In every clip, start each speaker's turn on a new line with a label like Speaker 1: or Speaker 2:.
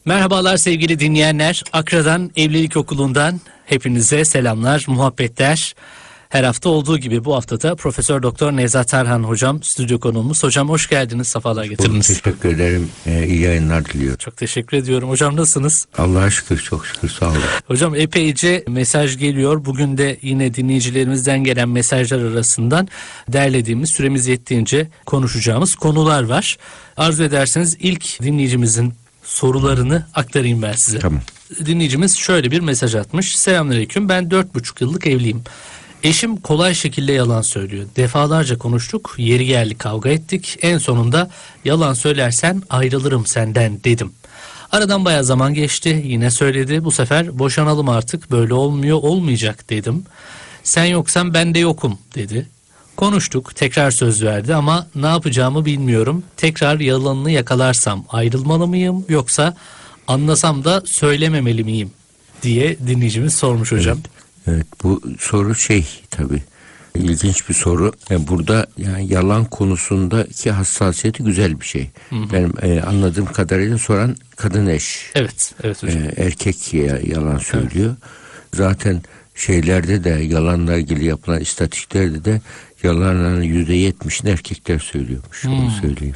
Speaker 1: Merhabalar sevgili dinleyenler. Akra'dan, Evlilik Okulu'ndan hepinize selamlar, muhabbetler. Her hafta olduğu gibi bu haftada Profesör Doktor Nevzat Tarhan hocam stüdyo konuğumuz. Hocam hoş geldiniz, sefalar getirdiniz.
Speaker 2: Teşekkür ederim. İyi yayınlar diliyorum.
Speaker 1: Çok teşekkür ediyorum. Hocam nasılsınız?
Speaker 2: Allah'a şükür, çok şükür, sağ olun.
Speaker 1: Hocam epeyce mesaj geliyor. Bugün de yine dinleyicilerimizden gelen mesajlar arasından derlediğimiz, süremiz yettiğince konuşacağımız konular var. Arzu ederseniz ilk dinleyicimizin sorularını aktarayım ben size.
Speaker 2: Tamam.
Speaker 1: Dinleyicimiz şöyle bir mesaj atmış. Selamünaleyküm, ben 4,5 yıllık evliyim. Eşim kolay şekilde yalan söylüyor. Defalarca konuştuk, yeri geldi kavga ettik. En sonunda yalan söylersen ayrılırım senden dedim. Aradan bayağı zaman geçti, yine söyledi. Bu sefer boşanalım artık, böyle olmuyor, olmayacak dedim. Sen yoksan ben de yokum dedi. Konuştuk, tekrar söz verdi ama ne yapacağımı bilmiyorum. Tekrar yalanını yakalarsam ayrılmalı mıyım yoksa anlasam da söylememeli miyim diye dinleyicimiz sormuş hocam.
Speaker 2: Evet, bu soru tabii ilginç bir soru. Burada yani yalan konusundaki hassasiyeti güzel bir şey. Benim anladığım kadarıyla soran kadın eş.
Speaker 1: Evet hocam.
Speaker 2: Erkek yalan söylüyor. Evet. Zaten şeylerde de yalanla ilgili yapılan istatistiklerde de yalanların %70'ini erkekler söylüyormuş. Onu söyleyeyim.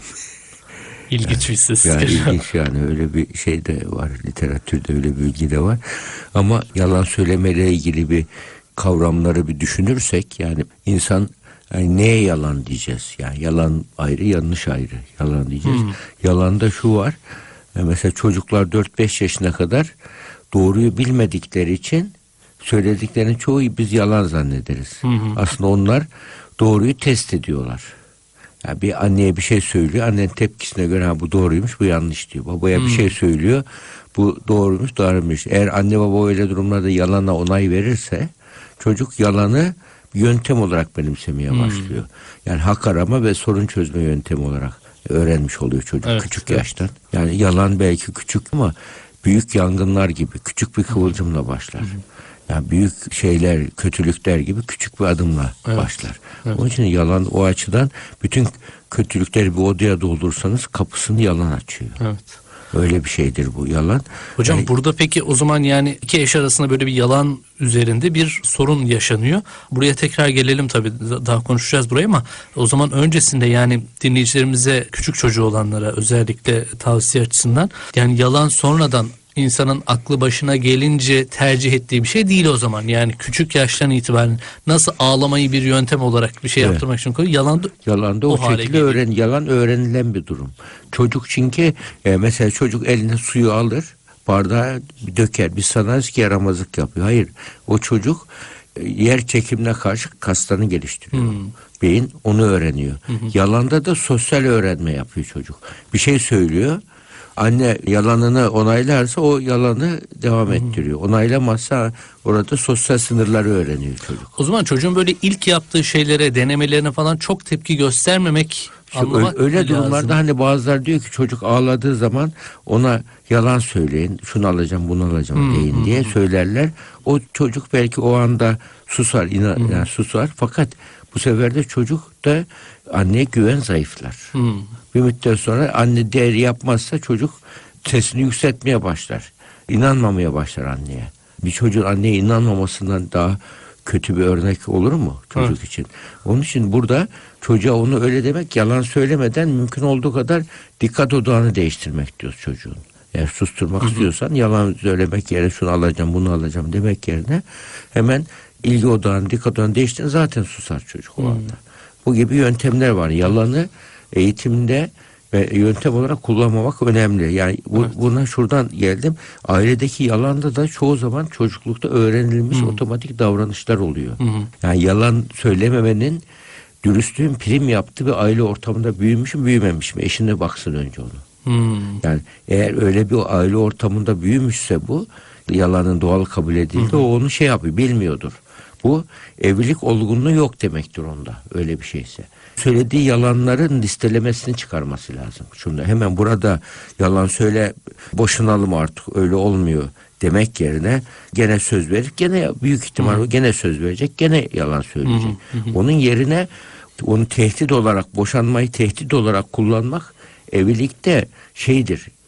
Speaker 1: İlginç bir ses.
Speaker 2: Yani ilginç, yani öyle bir şey de var, literatürde öyle bir bilgi de var. Ama yalan söylemeyle ilgili bir kavramları bir düşünürsek, yani insan yani neye yalan diyeceğiz? Yani yalan ayrı, yanlış ayrı. Yalan diyeceğiz. Yalanda şu var. Mesela çocuklar 4-5 yaşına kadar doğruyu bilmedikleri için söylediklerinin çoğu biz yalan zannederiz. Aslında onlar doğruyu test ediyorlar. Yani bir anneye bir şey söylüyor, annenin tepkisine göre bu doğruymuş, bu yanlış diyor. Babaya bir şey söylüyor, bu doğruymuş, doğruymuş. Eğer anne baba öyle durumlarda yalana onay verirse çocuk yalanı bir yöntem olarak benimsemeye başlıyor. Yani hak arama ve sorun çözme yöntemi olarak öğrenmiş oluyor çocuk küçük yaştan. Yani yalan belki küçük ama büyük yangınlar gibi küçük bir kıvılcımla başlar. Yani büyük şeyler, kötülükler gibi küçük bir adımla başlar. Evet. Onun için yalan o açıdan bütün kötülükleri bir odaya doldursanız kapısını yalan açıyor. Evet. Öyle bir şeydir bu yalan.
Speaker 1: Hocam burada peki o zaman yani iki eş arasında böyle bir yalan üzerinde bir sorun yaşanıyor. Buraya tekrar gelelim tabii, daha konuşacağız burayı ama o zaman öncesinde yani dinleyicilerimize, küçük çocuğu olanlara özellikle tavsiye açısından, yani yalan sonradan İnsanın aklı başına gelince tercih ettiği bir şey değil o zaman. Yani küçük yaştan itibaren nasıl ağlamayı bir yöntem olarak bir şey yaptırmak için koyuyor. Yalan da
Speaker 2: o şekilde yalan öğrenilen bir durum. Çocuk çünkü mesela çocuk eline suyu alır, bardağa döker. Biz sanarız ki yaramazlık yapıyor. Hayır, o çocuk yer çekimine karşı kaslarını geliştiriyor. Beyin onu öğreniyor. Yalanda da sosyal öğrenme yapıyor çocuk. Bir şey söylüyor. Anne yalanını onaylarsa o yalanı devam ettiriyor. Onaylamazsa orada sosyal sınırları öğreniyor çocuk.
Speaker 1: O zaman çocuğun böyle ilk yaptığı şeylere, denemelerine falan çok tepki göstermemek, anlamak
Speaker 2: öyle durumlarda lazım. Hani bazıları diyor ki çocuk ağladığı zaman ona yalan söyleyin, şunu alacağım, bunu alacağım deyin diye söylerler. O çocuk belki o anda susar, yani susar, fakat bu sefer de çocuk da anneye güven zayıflar. Bir müddet sonra anne değeri yapmazsa çocuk sesini yükseltmeye başlar. İnanmamaya başlar anneye. Bir çocuğun anneye inanmamasından daha kötü bir örnek olur mu çocuk için? Onun için burada çocuğa onu öyle demek, yalan söylemeden mümkün olduğu kadar dikkat odağını değiştirmek diyoruz çocuğun. Eğer susturmak istiyorsan yalan söylemek yerine şunu alacağım, bunu alacağım demek yerine hemen ilgi odağını, dikkat odağını değiştirin, zaten susar çocuk o anda. Bu gibi yöntemler var. Yalanı eğitimde ve yöntem olarak kullanmamak önemli. Yani buna şuradan geldim. Ailedeki yalanda da çoğu zaman çocuklukta öğrenilmiş otomatik davranışlar oluyor. Yani yalan söylememenin, dürüstlüğün prim yaptığı bir aile ortamında büyümüş mü büyümemiş mi? Eşine baksın önce onu. Yani eğer öyle bir aile ortamında büyümüşse bu yalanın doğal kabul edildi. O onu yapıyor, bilmiyordur. Bu evlilik olgunluğu yok demektir onda, öyle bir şeyse. Söylediği yalanların listelemesini çıkarması lazım. Şimdi hemen burada yalan söyle, boşanalım artık, öyle olmuyor demek yerine gene söz verip gene büyük ihtimal gene söz verecek, gene yalan söyleyecek. Onun yerine onu tehdit olarak, boşanmayı tehdit olarak kullanmak evlilikte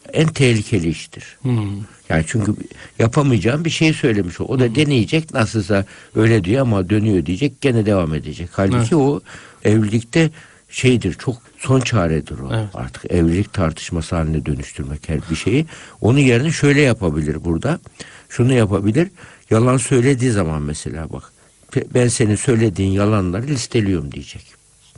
Speaker 2: en tehlikeli iştir. Yani çünkü yapamayacağım bir şey söylemiş o. O da deneyecek, nasılsa öyle diyor ama dönüyor diyecek, gene devam edecek. Halbuki o evlilikte şeydir, çok son çaredir o.
Speaker 1: Evet.
Speaker 2: Artık evlilik tartışması haline dönüştürmek her bir şeyi. Onun yerine şöyle yapabilir burada. Şunu yapabilir. Yalan söylediği zaman mesela bak, ben senin söylediğin yalanları listeliyorum diyecek.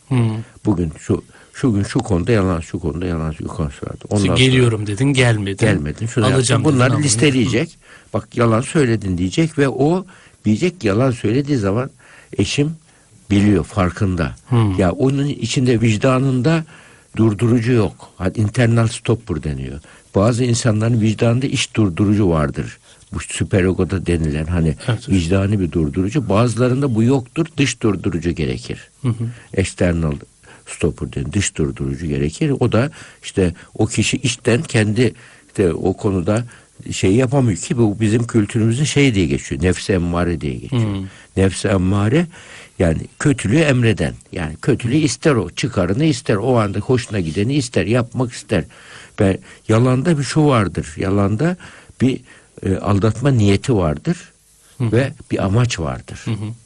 Speaker 2: Bugün şu gün şu konuda yalan, şu konuda yalan, şu konuda söyledim.
Speaker 1: İşte geliyorum dedin, gelmedin.
Speaker 2: Şunu
Speaker 1: Alacağım
Speaker 2: yaptın. Bunları
Speaker 1: dedin,
Speaker 2: listeleyecek. Bak, yalan söyledin diyecek ve o diyecek, yalan söylediği zaman eşim biliyor, farkında. Ya onun içinde, vicdanında durdurucu yok. Internal stopper deniyor. Bazı insanların vicdanında iç durdurucu vardır. Bu süperegoda denilen hani
Speaker 1: evet,
Speaker 2: vicdani bir durdurucu. Bazılarında bu yoktur. Dış durdurucu gerekir. External stopper deniyor. Dış durdurucu gerekir. O da işte o kişi içten kendi işte o konuda şey yapamıyor ki, bu bizim kültürümüzde şey diye geçiyor. Nefs-i emmare diye geçiyor. Nefs-i emmare yani kötülüğü emreden. Yani kötülüğü ister o. Çıkarını ister. O anda hoşuna gideni ister. Yapmak ister. Ve yalanda bir şu vardır. Yalanda bir aldatma niyeti vardır. Ve bir amaç vardır.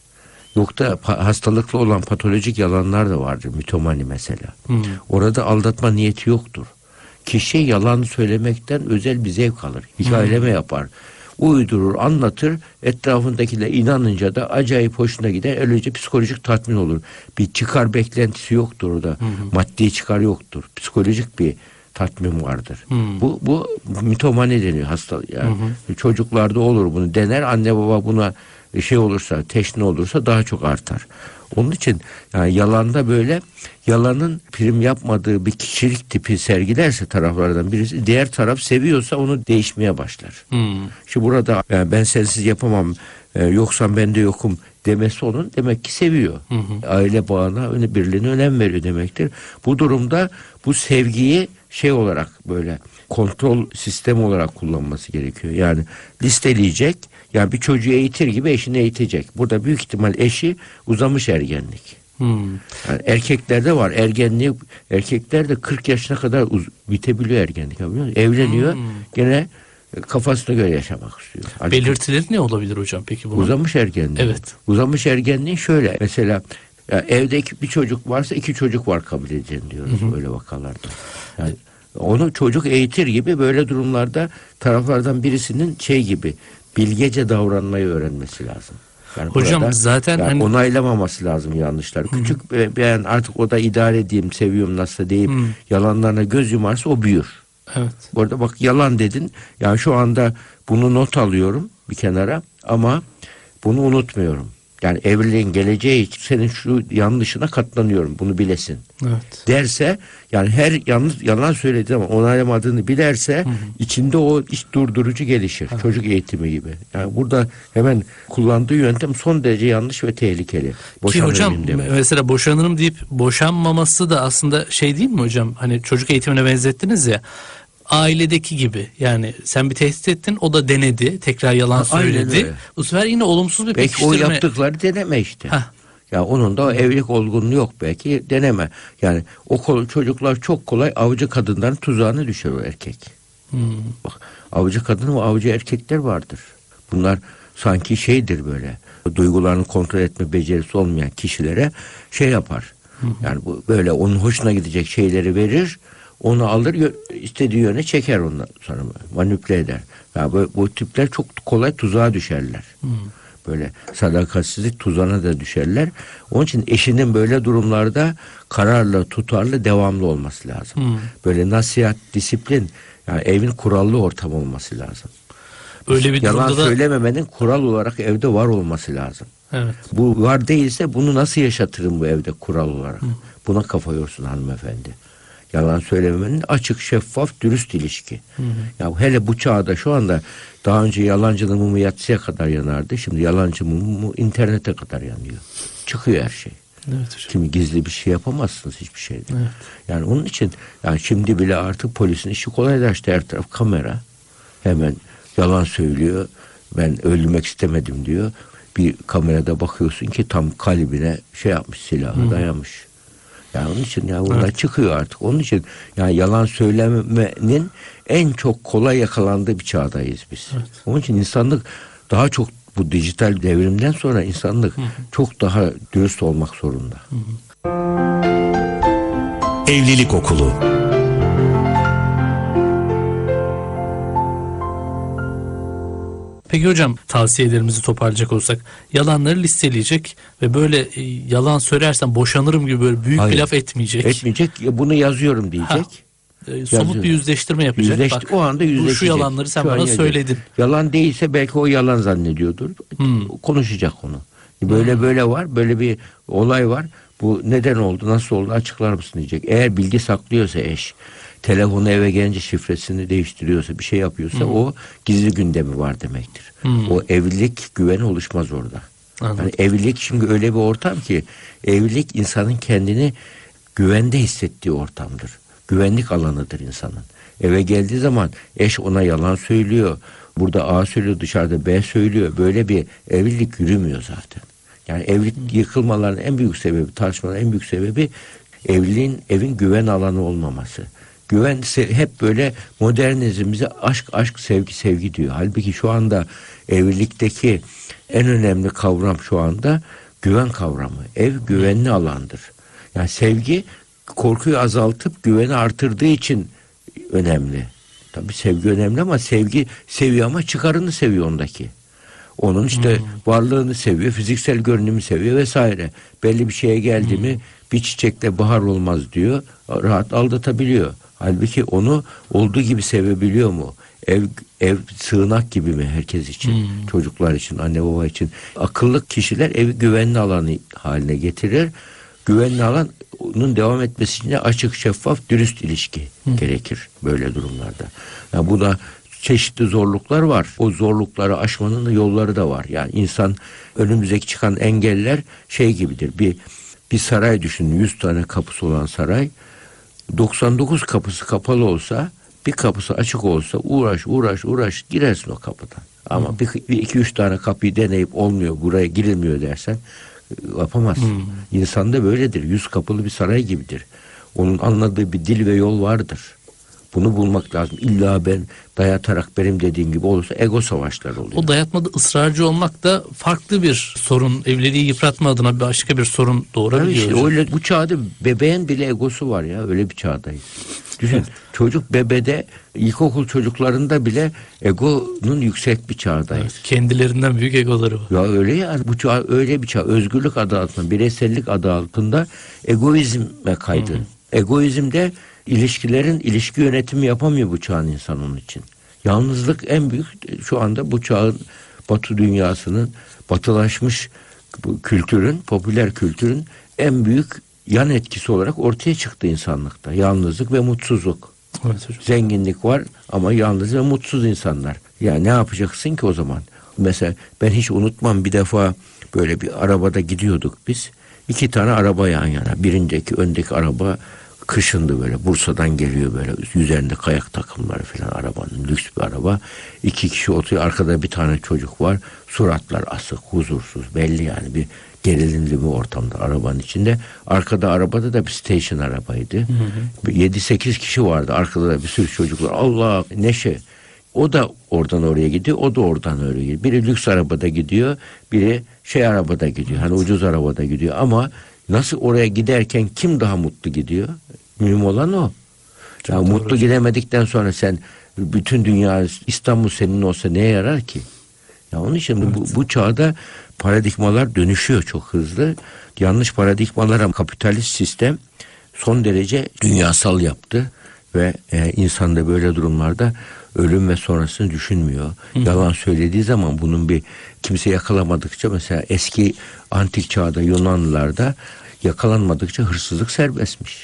Speaker 2: Yoksa hastalıklı olan patolojik yalanlar da vardır. Mitomani mesela. Orada aldatma niyeti yoktur. Kişi yalan söylemekten özel bir zevk alır. Hikayeleme yapar. Uydurur, anlatır. Etrafındakiler inanınca da acayip hoşuna gider. Öylece psikolojik tatmin olur. Bir çıkar beklentisi yoktur orada. Maddi çıkar yoktur. Psikolojik bir tatmin vardır. Bu mitomani deniyor hasta. Yani çocuklarda olur, bunu dener. Anne baba buna şey olursa, teşne olursa daha çok artar. Onun için yani yalanda böyle, yalanın prim yapmadığı bir kişilik tipi sergilerse taraflardan birisi, diğer taraf seviyorsa onu değişmeye başlar. Şimdi burada yani ben sensiz yapamam, yoksa ben de yokum demesi onun demek ki seviyor. Aile bağına, birliğine önem veriyor demektir. Bu durumda bu sevgiyi şey olarak, böyle kontrol sistemi olarak kullanması gerekiyor. Yani listeleyecek, yani bir çocuğu eğitir gibi eşini eğitecek. Burada büyük ihtimal eşi uzamış ergenlik. Yani erkeklerde var ergenliği, erkeklerde 40 yaşına kadar bitebiliyor ergenlik. Biliyor musun? Evleniyor, gene kafasına göre yaşamak istiyor.
Speaker 1: Belirtileri ne olabilir hocam peki bunun?
Speaker 2: Uzamış ergenliği.
Speaker 1: Evet.
Speaker 2: Uzamış ergenliği şöyle, mesela evde bir çocuk varsa 2 çocuk var kabul edeceğim diyoruz böyle vakalarda. Yani onu çocuk eğitir gibi böyle durumlarda taraflardan birisinin şey gibi bilgece davranmayı öğrenmesi lazım. Yani
Speaker 1: hocam zaten
Speaker 2: yani
Speaker 1: hani
Speaker 2: onaylamaması lazım yanlışlar. Küçük ben artık o da idare edeyim, seviyorum nasıl deyip yalanlarına göz yumarsa o büyür.
Speaker 1: evet.
Speaker 2: Bu arada bak, yalan dedin. Yani şu anda bunu not alıyorum bir kenara ama bunu unutmuyorum. Yani evliliğin geleceği için senin şu yanlışına katlanıyorum, bunu bilesin.
Speaker 1: Evet.
Speaker 2: Derse, yani her yalan söylediği ama onaylamadığını bilerse içinde o iç durdurucu gelişir. Çocuk eğitimi gibi. Yani burada hemen kullandığı yöntem son derece yanlış ve tehlikeli.
Speaker 1: Ki hocam mesela boşanırım deyip boşanmaması da aslında şey değil mi hocam? Hani çocuk eğitimine benzettiniz ya. Ailedeki gibi, yani sen bir tehdit ettin, o da denedi, tekrar yalan söyledi. Bu sefer yine olumsuz bir
Speaker 2: belki
Speaker 1: pekiştirme.
Speaker 2: o yaptıkları deneme işte. Ya onun da evlilik olgunluğu yok, belki deneme. Yani o çocuklar çok kolay avcı kadınların tuzağına düşer, o erkek. Bak, avcı kadın ve avcı erkekler vardır. Bunlar sanki şeydir, böyle duygularını kontrol etme becerisi olmayan kişilere şey yapar. Yani bu böyle onun hoşuna gidecek şeyleri verir. Onu alır, istediği yöne çeker, ondan sonra manipüle eder. Yani bu tipler çok kolay tuzağa düşerler. Böyle sadakatsizlik tuzağına da düşerler. Onun için eşinin böyle durumlarda kararlı, tutarlı, devamlı olması lazım. Böyle nasihat, disiplin, yani evin kurallı ortam olması lazım.
Speaker 1: Öyle bir
Speaker 2: yalan
Speaker 1: durumda
Speaker 2: söylememenin kural olarak evde var olması lazım.
Speaker 1: Evet.
Speaker 2: Bu var değilse bunu nasıl yaşatırım bu evde kural olarak? Buna kafa yorsun hanımefendi. Yalan söylememenin açık, şeffaf, dürüst ilişki. Ya hele bu çağda, şu anda, daha önce yalancının mumu yatsıya kadar yanardı. Şimdi yalancı mumu internete kadar yanıyor. Çıkıyor her şey.
Speaker 1: Evet hocam.
Speaker 2: Şimdi gizli bir şey yapamazsınız hiçbir şeyde.
Speaker 1: Evet.
Speaker 2: Yani onun için yani şimdi bile artık polisin işi kolaylaştı. Her taraf kamera. Hemen yalan söylüyor. Ben öldürmek istemedim diyor. Bir kamerada bakıyorsun ki tam kalbine şey yapmış, silahı dayamış. Yani onun için yani bunlar çıkıyor artık. Onun için yani yalan söylemenin en çok kolay yakalandığı bir çağdayız biz.
Speaker 1: Evet.
Speaker 2: Onun için insanlık daha çok, bu dijital devrimden sonra insanlık çok daha dürüst olmak zorunda.
Speaker 3: Evlilik Okulu.
Speaker 1: Peki hocam, tavsiyelerimizi toparlayacak olursak, yalanları listeleyecek ve böyle yalan söylersem boşanırım gibi böyle büyük
Speaker 2: Hayır.
Speaker 1: bir laf etmeyecek.
Speaker 2: Etmeyecek, bunu yazıyorum diyecek.
Speaker 1: Somut bir yüzleştirme yapacak. Bak,
Speaker 2: o anda yüzleşecek.
Speaker 1: şu yalanları sen
Speaker 2: Şu an
Speaker 1: bana
Speaker 2: yazıyor.
Speaker 1: söyledin.
Speaker 2: Yalan değilse belki o yalan zannediyordur. Konuşacak onu. Böyle var, böyle bir olay var. Bu neden oldu, nasıl oldu, açıklar mısın diyecek. Eğer bilgi saklıyorsa eş, telefonu eve gelince şifresini değiştiriyorsa, bir şey yapıyorsa o gizli gündemi var demektir. O evlilik güveni oluşmaz orada. Yani evlilik şimdi öyle bir ortam ki, evlilik insanın kendini güvende hissettiği ortamdır. Güvenlik alanıdır insanın. Eve geldiği zaman eş ona yalan söylüyor. Burada A söylüyor, dışarıda B söylüyor. Böyle bir evlilik yürümüyor zaten. Yani evlilik yıkılmaların en büyük sebebi, tartışmaların en büyük sebebi evin güven alanı olmaması. Güven hep böyle modernizm bize aşk sevgi diyor. Halbuki şu anda evlilikteki en önemli kavram şu anda güven kavramı. Ev güvenli alandır. Yani sevgi korkuyu azaltıp güveni artırdığı için önemli. Tabii sevgi önemli ama sevgi seviyor ama çıkarını seviyor ondaki. Onun işte varlığını seviyor, fiziksel görünümü seviyor vesaire. Belli bir şeye geldi mi bir çiçekle bahar olmaz diyor. Rahat aldatabiliyor. Halbuki onu olduğu gibi sevebiliyor mu? Ev sığınak gibi mi herkes için? Çocuklar için, anne baba için. Akıllı kişiler evi güvenli alanı haline getirir. Güvenli alanın devam etmesi için de açık, şeffaf, dürüst ilişki gerekir böyle durumlarda. Yani bu da çeşitli zorluklar var. O zorlukları aşmanın da yolları da var. Yani insan, önümüzdeki çıkan engeller şey gibidir. Bir saray düşünün, 100 tane kapısı olan saray. 99 kapısı kapalı olsa, bir kapısı açık olsa uğraş girersin o kapıdan. Ama bir iki üç tane kapıyı deneyip olmuyor, buraya girilmiyor dersen yapamazsın. İnsan da böyledir. 100 kapılı bir saray gibidir. Onun anladığı bir dil ve yol vardır. Bunu bulmak lazım. İlla ben dayatarak benim dediğim gibi olursa ego savaşları oluyor.
Speaker 1: O dayatmada ısrarcı olmak da farklı bir sorun. Evliliği yıpratma adına başka bir sorun doğurabiliyor.
Speaker 2: İşte öyle, bu çağda bebeğin bile egosu var ya. Öyle bir çağdayız. Düşün, çocuk bebede, ilkokul çocuklarında bile egonun yüksek bir çağdayız.
Speaker 1: Evet, kendilerinden büyük egoları var.
Speaker 2: Ya öyle yani, bu çağ öyle bir çağ. Özgürlük adı altında, bireysellik adı altında egoizme kaydı. Egoizmde ilişki yönetimi yapamıyor bu çağın insan onun için. Yalnızlık en büyük, şu anda bu çağın Batı dünyasının batılaşmış bu kültürün, popüler kültürün en büyük yan etkisi olarak ortaya çıktı insanlıkta. Yalnızlık ve mutsuzluk.
Speaker 1: Evet hocam.
Speaker 2: Zenginlik var ama yalnız ve mutsuz insanlar. Ya ne yapacaksın ki o zaman? Mesela ben hiç unutmam, bir defa böyle bir arabada gidiyorduk biz. 2 tane araba yan yana. Öndeki araba kışındı böyle. Bursa'dan geliyor böyle. Üzerinde kayak takımları falan arabanın. Lüks bir araba. 2 kişi oturuyor. Arkada bir tane çocuk var. Suratlar asık, huzursuz. Belli yani bir gerilimli bir ortamda arabanın içinde. Arabada da bir station arabaydı. 7-8 kişi vardı. Arkada da bir sürü çocuklar. Allah neşe. O da oradan oraya gidiyor. O da oradan oraya gidiyor. Biri lüks arabada gidiyor. Biri arabada gidiyor. Hani ucuz arabada gidiyor. Ama nasıl oraya giderken kim daha mutlu gidiyor? Mühim olan o. Ya mutlu gidemedikten sonra sen bütün dünya, İstanbul senin olsa neye yarar ki? Ya onun için bu çağda paradigmalar dönüşüyor çok hızlı. Yanlış paradigmalara kapitalist sistem son derece dünyasal yaptı ve insan da böyle durumlarda ölüm ve sonrasını düşünmüyor. Yalan söylediği zaman bunun bir kimse yakalamadıkça, mesela eski antik çağda Yunanlılarda yakalanmadıkça hırsızlık serbestmiş.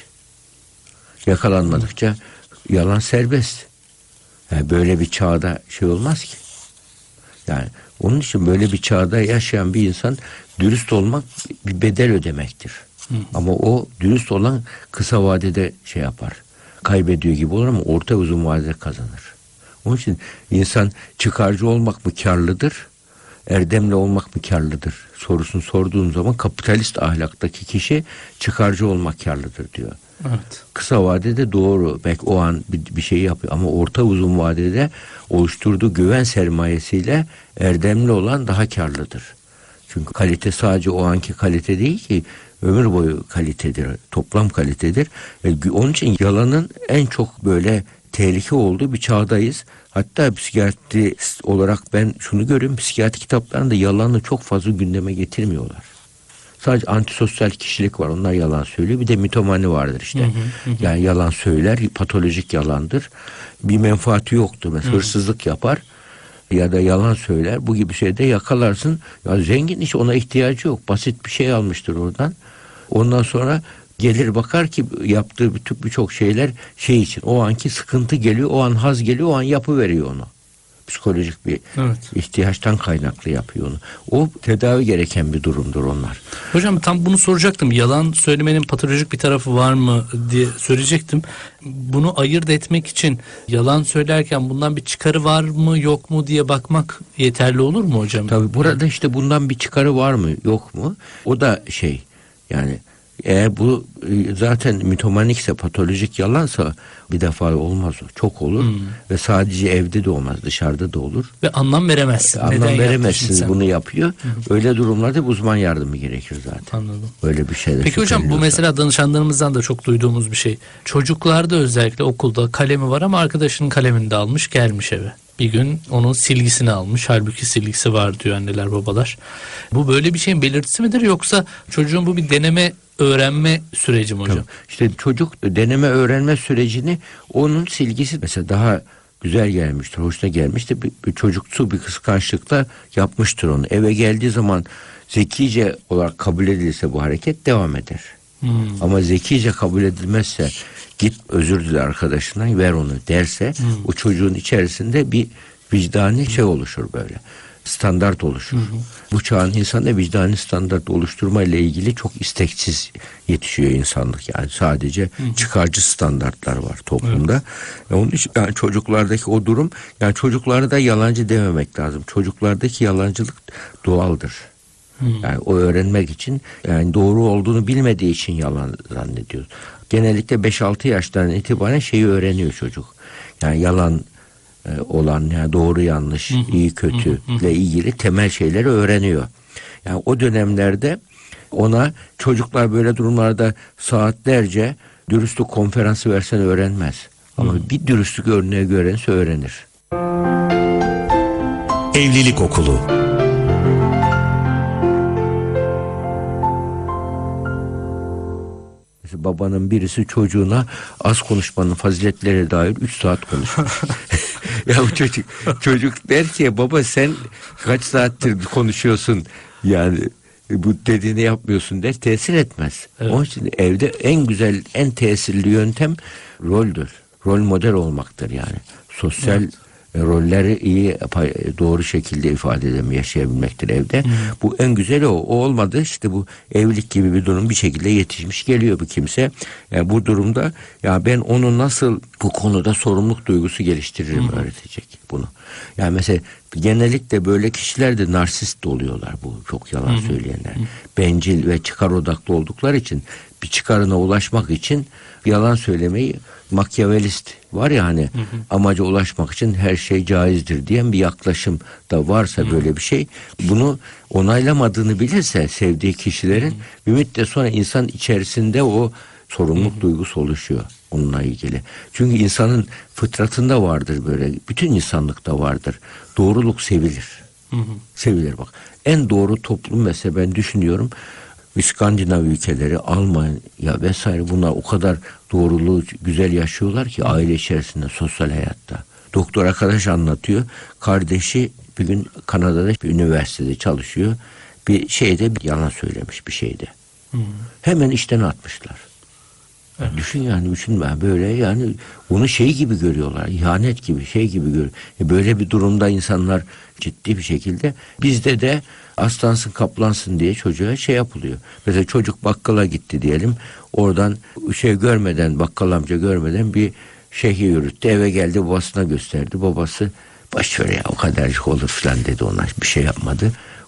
Speaker 2: Yakalanmadıkça yalan serbest. Yani böyle bir çağda şey olmaz ki. Yani onun için böyle bir çağda yaşayan bir insan, dürüst olmak bir bedel ödemektir. Ama o dürüst olan kısa vadede şey yapar. Kaybediyor gibi olur ama orta uzun vadede kazanır. Onun için insan çıkarcı olmak mı karlıdır, erdemli olmak mı karlıdır sorusunu sorduğun zaman kapitalist ahlaktaki kişi çıkarcı olmak karlıdır diyor.
Speaker 1: Evet.
Speaker 2: Kısa vadede doğru. Belki o an bir şey yapıyor ama orta uzun vadede oluşturduğu güven sermayesiyle erdemli olan daha karlıdır. Çünkü kalite sadece o anki kalite değil ki, ömür boyu kalitedir, toplam kalitedir. Onun için yalanın en çok böyle tehlike olduğu bir çağdayız. Hatta psikiyatrist olarak ben şunu görüyorum, psikiyatri kitaplarında yalanı çok fazla gündeme getirmiyorlar. Sadece antisosyal kişilik var, onlar yalan söylüyor. Bir de mitomani vardır işte. Yani yalan söyler, patolojik yalandır. Bir menfaati yoktur. Mesela hırsızlık yapar ya da yalan söyler. Bu gibi şeyde yakalarsın. Ya zengin, hiç ona ihtiyacı yok. Basit bir şey almıştır oradan. Ondan sonra gelir bakar ki yaptığı birçok şeyler şey için. O anki sıkıntı geliyor, o an haz geliyor, o an yapıveriyor onu. Psikolojik bir ihtiyaçtan kaynaklı yapıyor onu. O tedavi gereken bir durumdur onlar.
Speaker 1: Hocam tam bunu soracaktım. Yalan söylemenin patolojik bir tarafı var mı diye söyleyecektim. Bunu ayırt etmek için yalan söylerken bundan bir çıkarı var mı yok mu diye bakmak yeterli olur mu hocam?
Speaker 2: Tabii burada işte bundan bir çıkarı var mı yok mu? O da yani eğer bu zaten mitomanikse, patolojik yalansa bir defa olmaz o. Çok olur ve sadece evde de olmaz, dışarıda da olur.
Speaker 1: Ve anlam veremezsin.
Speaker 2: Anlam veremezsiniz, bunu yapıyor. Öyle durumlarda uzman yardımı gerekir zaten.
Speaker 1: Anladım.
Speaker 2: Böyle bir şeyler.
Speaker 1: Peki hocam, bu mesela danışanlarımızdan da çok duyduğumuz bir şey. Çocuklarda özellikle okulda kalemi var ama arkadaşının kalemini de almış gelmiş eve. Bir gün onun silgisini almış. Halbuki silgisi var diyor anneler babalar. Bu böyle bir şeyin belirtisi midir, yoksa çocuğun bu bir deneme öğrenme süreci mi hocam?
Speaker 2: Tabii. İşte çocuk deneme öğrenme sürecini, onun silgisi mesela daha güzel gelmiştir, hoşuna gelmiştir. Bir çocuksu bir kıskançlıkla yapmıştır onu. Eve geldiği zaman zekice olarak kabul edilirse bu hareket devam eder. Ama zekice kabul edilmezse, git özür dile arkadaşından, ver onu derse, o çocuğun içerisinde bir vicdani oluşur böyle. Standart oluşur. Bu çağın insanı vicdani standart oluşturma ile ilgili çok isteksiz yetişiyor insanlık. Yani sadece çıkarcı standartlar var toplumda. Onun için yani çocuklardaki o durum, yani çocuklara yalancı dememek lazım. Çocuklardaki yalancılık doğaldır. Yani o öğrenmek için, yani doğru olduğunu bilmediği için yalan zannediyor. Genellikle 5-6 yaştan itibaren şeyi öğreniyor çocuk. Yani yalan olan, yani doğru yanlış, iyi kötü ile ilgili temel şeyleri öğreniyor. Yani o dönemlerde ona çocuklar böyle durumlarda saatlerce dürüstlük konferansı versen öğrenmez. Ama bir dürüstlük örneği görense öğrenir.
Speaker 3: Evlilik Okulu.
Speaker 2: Babanın birisi çocuğuna az konuşmanın faziletlerine dair 3 saat konuşmuş. Ya bu çocuk der ki, baba sen kaç saattir konuşuyorsun, yani bu dediğini yapmıyorsun der, tesir etmez. Evet. Onun için evde en güzel, en tesirli yöntem roldür. Rol model olmaktır yani. Sosyal rolleri iyi, doğru şekilde ifade edip yaşayabilmektir evde. Bu en güzeli o. O olmadı işte, bu evlilik gibi bir durum bir şekilde yetişmiş geliyor bu kimse. Yani bu durumda ya ben onu nasıl bu konuda sorumluluk duygusu geliştiririm öğretecek bunu. Yani mesela genellikle böyle kişiler de narsist oluyorlar, bu çok yalan söyleyenler. Bencil ve çıkar odaklı oldukları için, bir çıkarına ulaşmak için yalan söylemeyi, Makyavelist var ya hani, amaca ulaşmak için her şey caizdir diyen bir yaklaşım da varsa böyle bir şey, bunu onaylamadığını bilirse sevdiği kişilerin, bir müddet sonra insan içerisinde o sorumluluk duygusu oluşuyor onunla ilgili. Çünkü insanın fıtratında vardır böyle, bütün insanlıkta vardır. Doğruluk sevilir. Sevilir bak. En doğru toplum mesela ben düşünüyorum, İskandinav ülkeleri, Almanya vesaire, bunlar o kadar doğruluğu güzel yaşıyorlar ki aile içerisinde, sosyal hayatta. Doktor arkadaş anlatıyor. Kardeşi bir gün Kanada'da bir üniversitede çalışıyor. Bir şeyde bir yalan söylemiş bir şeyde. Hemen işten atmışlar. Evet. Düşün yani, düşünme böyle, yani onu şey gibi görüyorlar, ihanet gibi, şey gibi görüyor. Böyle bir durumda insanlar ciddi bir şekilde, bizde de aslansın kaplansın diye çocuğa şey yapılıyor. Mesela çocuk bakkala gitti diyelim, oradan görmeden, bakkal amca görmeden bir şeyi yürüttü, eve geldi, babasına gösterdi. Babası, boş ver ya, o kadarcık olur falan dedi ona, bir şey yapmadı.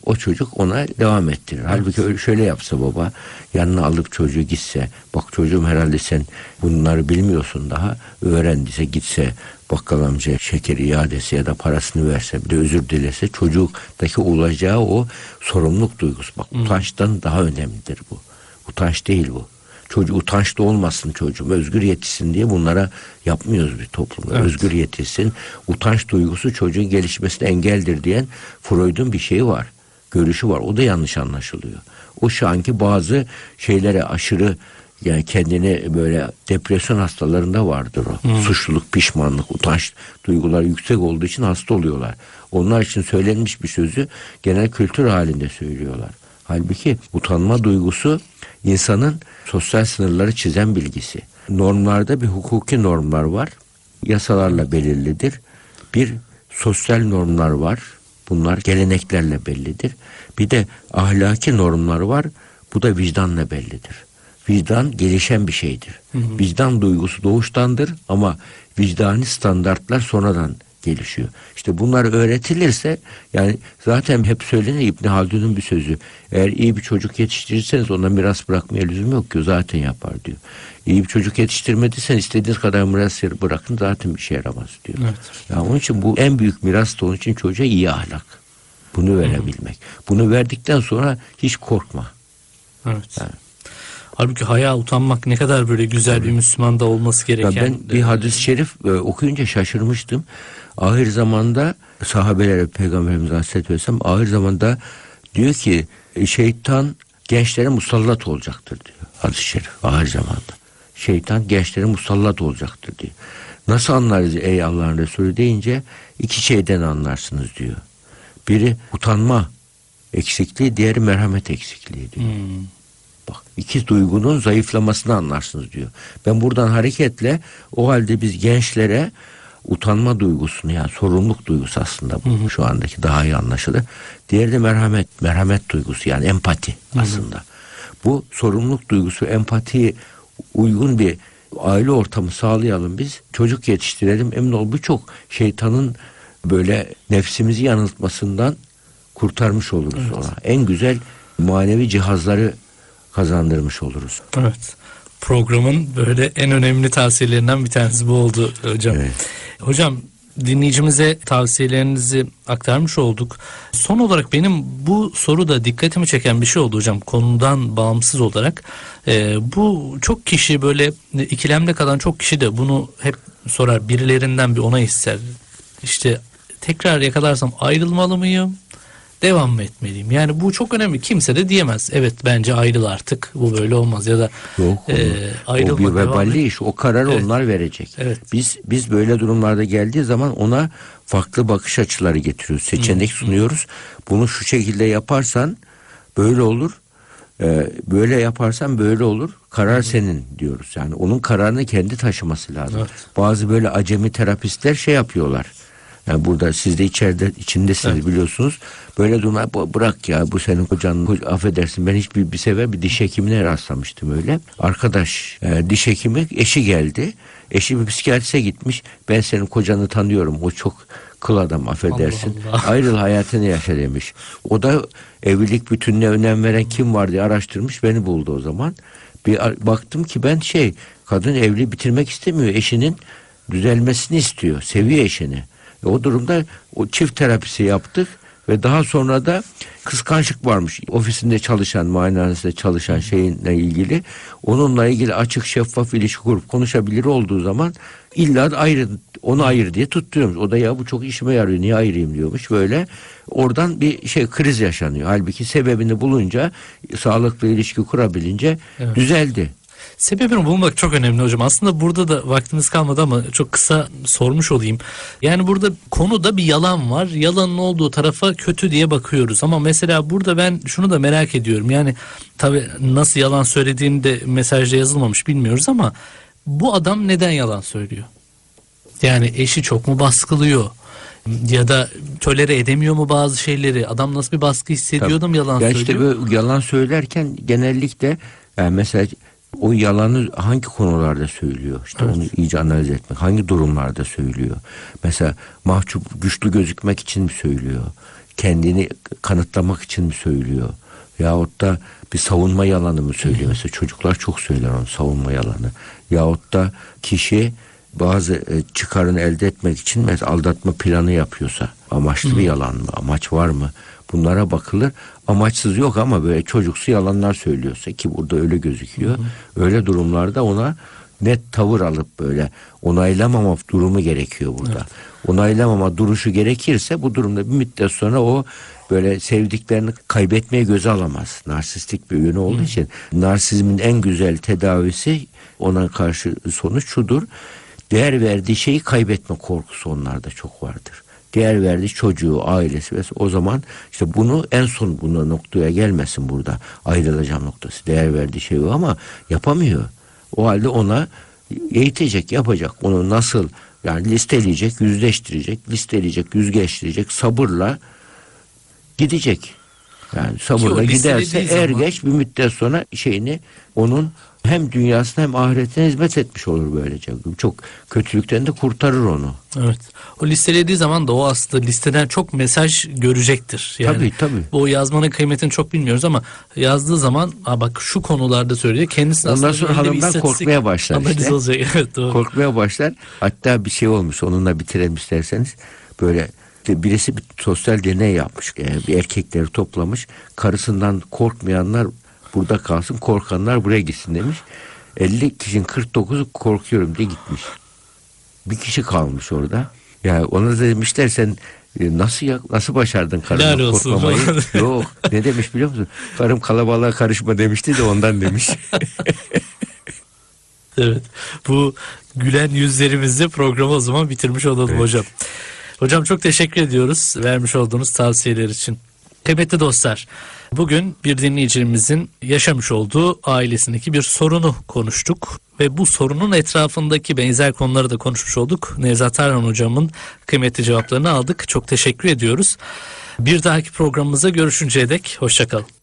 Speaker 2: o çocuk ona devam ettirir. Halbuki öyle şöyle yapsa baba, yanına alıp çocuğu gitse, bak çocuğum herhalde sen bunları bilmiyorsun daha, öğrendiyse gitse bakkal amca şeker iadesi ya da parasını verse, bir de özür dilese, çocuktaki olacağı o sorumluluk duygusu. Bak utançtan daha önemlidir bu. Utanç değil bu. Çocuğu utançlı olmasın çocuğum, özgür yetişsin diye bunlara yapmıyoruz bir toplumda. Evet. Özgür yetişsin, utanç duygusu çocuğun gelişmesine engeldir diyen Freud'un bir şeyi var, görüşü var. O da yanlış anlaşılıyor. O şu anki bazı şeylere aşırı, yani kendini böyle depresyon hastalarında vardır o. Suçluluk, pişmanlık, utanç duyguları yüksek olduğu için hasta oluyorlar. Onlar için söylenmiş bir sözü genel kültür halinde söylüyorlar. Halbuki utanma duygusu insanın sosyal sınırları çizen bilgisi. Normlarda bir hukuki normlar var. Yasalarla belirlidir. Bir sosyal normlar var. Bunlar geleneklerle bellidir. Bir de ahlaki normlar var. Bu da vicdanla bellidir. Vicdan gelişen bir şeydir. Vicdan duygusu doğuştandır ama vicdani standartlar sonradan gelişiyor. İşte bunlar öğretilirse, yani zaten hep söylenir, İbn Haldun'un bir sözü. Eğer iyi bir çocuk yetiştirirseniz ona miras bırakmaya lüzum yok ki, zaten yapar diyor. İyi bir çocuk yetiştirmediysen istediğiniz kadar miras bırakın, zaten bir şey yaramaz diyor. Evet. Yani onun için bu en büyük miras da onun için çocuğa iyi ahlak. Bunu verebilmek. Bunu verdikten sonra hiç korkma.
Speaker 1: Evet. Yani. Halbuki haya, utanmak ne kadar böyle güzel bir Müslümanda olması gereken.
Speaker 2: Ya ben bir hadis-i şerif okuyunca şaşırmıştım. Ahir zamanda sahabelere, Peygamberimiz Aleyhisselatü Vesselam ahir zamanda diyor ki şeytan gençlere musallat olacaktır diyor hadis-i şerif. Ahir zamanda şeytan gençlere musallat olacaktır diyor. Nasıl anlarız ey Allah'ın Resulü deyince, iki şeyden anlarsınız diyor. Biri utanma eksikliği, diğeri merhamet eksikliği diyor. Bak, iki duygunun zayıflamasını anlarsınız diyor. Ben buradan hareketle o halde biz gençlere utanma duygusunu, yani sorumluluk duygusu aslında bu şu andaki daha iyi anlaşılır. Diğeri de merhamet duygusu, yani empati aslında. Bu sorumluluk duygusu, empatiyi uygun bir aile ortamı sağlayalım biz. Çocuk yetiştirelim. Emin ol birçok şeytanın böyle nefsimizi yanıltmasından kurtarmış oluruz ona. En güzel manevi cihazları kazandırmış oluruz.
Speaker 1: Evet. Programın böyle en önemli tavsiyelerinden bir tanesi bu oldu hocam. Evet. Hocam, dinleyicimize tavsiyelerinizi aktarmış olduk. Son olarak benim bu soruda dikkatimi çeken bir şey oldu hocam, konudan bağımsız olarak. Bu çok kişi, böyle ikilemde kalan çok kişi de bunu hep sorar. Birilerinden bir onay ister. İşte tekrar yakalarsam ayrılmalı mıyım? Devam mı etmeliyim? Yani bu çok önemli. Kimse de diyemez, evet bence ayrıl artık, bu böyle olmaz, ya da
Speaker 2: yok, o bir veballi iş, o kararı onlar verecek. Evet. Biz böyle durumlarda geldiği zaman ona farklı bakış açıları getiriyoruz, seçenek sunuyoruz. Bunu şu şekilde yaparsan böyle olur, böyle yaparsan böyle olur, karar senin diyoruz. Yani onun kararını kendi taşıması lazım. Evet. Bazı böyle acemi terapistler şey yapıyorlar. Yani burada siz de içindesiniz, biliyorsunuz. Böyle durumlar, bırak ya bu senin kocan, affedersin, ben bir sefer bir diş hekimine rastlamıştım öyle. Arkadaş diş hekimi, eşi geldi. Eşi bir psikiyatriste gitmiş. Ben senin kocanı tanıyorum. O çok kıl adam, affedersin. Allah Allah. Ayrıl, hayatını yaşa demiş. O da evlilik bütününe önem veren kim var diye araştırmış. Beni buldu o zaman. Bir baktım ki ben kadın evli bitirmek istemiyor. Eşinin düzelmesini istiyor. Seviyor eşini. O durumda o çift terapisi yaptık ve daha sonra da kıskançlık varmış. Ofisinde çalışan, muayenehanesinde çalışan şeyinle ilgili, onunla ilgili açık, şeffaf ilişki kurup konuşabilir olduğu zaman illa onu ayır diye tutturuyormuş. O da ya bu çok işime yarıyor, niye ayırayım diyormuş. Böyle oradan bir kriz yaşanıyor. Halbuki sebebini bulunca, sağlıklı ilişki kurabilince düzeldi.
Speaker 1: Sebebini bulmak çok önemli hocam. Aslında burada da vaktimiz kalmadı ama çok kısa sormuş olayım. Yani burada konuda bir yalan var. Yalanın olduğu tarafa kötü diye bakıyoruz. Ama mesela burada ben şunu da merak ediyorum. Yani tabii nasıl yalan söylediğini de mesajda yazılmamış, bilmiyoruz ama bu adam neden yalan söylüyor? Yani eşi çok mu baskılıyor? Ya da tolere edemiyor mu bazı şeyleri? Adam nasıl bir baskı hissediyor da mı yalan söylüyor?
Speaker 2: İşte böyle yalan söylerken genellikle mesela o yalanı hangi konularda söylüyor? İşte onu iyice analiz etmek. Hangi durumlarda söylüyor? Mesela mahcup, güçlü gözükmek için mi söylüyor? kendini kanıtlamak için mi söylüyor? Yahut da bir savunma yalanı mı söylüyor? Mesela çocuklar çok söyler onu, savunma yalanı. Yahut da kişi bazı çıkarını elde etmek için mesela aldatma planı yapıyorsa amaçlı bir yalan mı? Amaç var mı? Bunlara bakılır. Amaçsız yok ama böyle çocuksu yalanlar söylüyorsa, ki burada öyle gözüküyor. Öyle durumlarda ona net tavır alıp böyle onaylamama durumu gerekiyor burada. Evet. Onaylamama duruşu gerekirse bu durumda bir müddet sonra o böyle sevdiklerini kaybetmeye göze alamaz. Narsistik bir yönü olduğu için narsizmin en güzel tedavisi, ona karşı sonuç şudur: değer verdiği şeyi kaybetme korkusu onlarda çok vardır. Değer verdiği çocuğu, ailesi ve o zaman işte bunu en son buna noktaya gelmesin burada. Ayrılacağım noktası. Değer verdiği şey o ama yapamıyor. O halde ona eğitecek, yapacak. Onu nasıl, yani listeleyecek, yüzleştirecek, yüzleştirecek, sabırla gidecek. Yani sabırla giderse er geç bir müddet sonra şeyini, onun hem dünyasına hem ahiretine hizmet etmiş olur böylece. Çok kötülükten de kurtarır onu.
Speaker 1: Evet. O listelediği zaman da o aslında listeden çok mesaj görecektir. Yani
Speaker 2: tabii.
Speaker 1: Bu yazmanın kıymetini çok bilmiyoruz ama yazdığı zaman bak şu konularda söylüyor. Kendisi
Speaker 2: ondan sonra hanımdan korkmaya başlar işte.
Speaker 1: Olacak. Evet, doğru.
Speaker 2: Korkmaya başlar. Hatta bir şey olmuş, onunla bitirelim isterseniz. Böyle birisi bir sosyal deney yapmış. Bir erkekleri toplamış. Karısından korkmayanlar burada kalsın, korkanlar buraya gitsin demiş. 50 kişinin 49'u korkuyorum diye gitmiş. Bir kişi kalmış orada. Yani ona da demişler, sen nasıl başardın karımla korkmamayı? Yok. Ne demiş biliyor musun? Karım kalabalığa karışma demişti de ondan demiş.
Speaker 1: Evet. Bu gülen yüzlerimizle programı o zaman bitirmiş olalım hocam. Hocam çok teşekkür ediyoruz vermiş olduğunuz tavsiyeler için. Kıymetli dostlar, bugün bir dinleyicimizin yaşamış olduğu ailesindeki bir sorunu konuştuk ve bu sorunun etrafındaki benzer konuları da konuşmuş olduk. Nevzat Tarhan hocamın kıymetli cevaplarını aldık. Çok teşekkür ediyoruz. Bir dahaki programımıza görüşünceye dek hoşça kalın.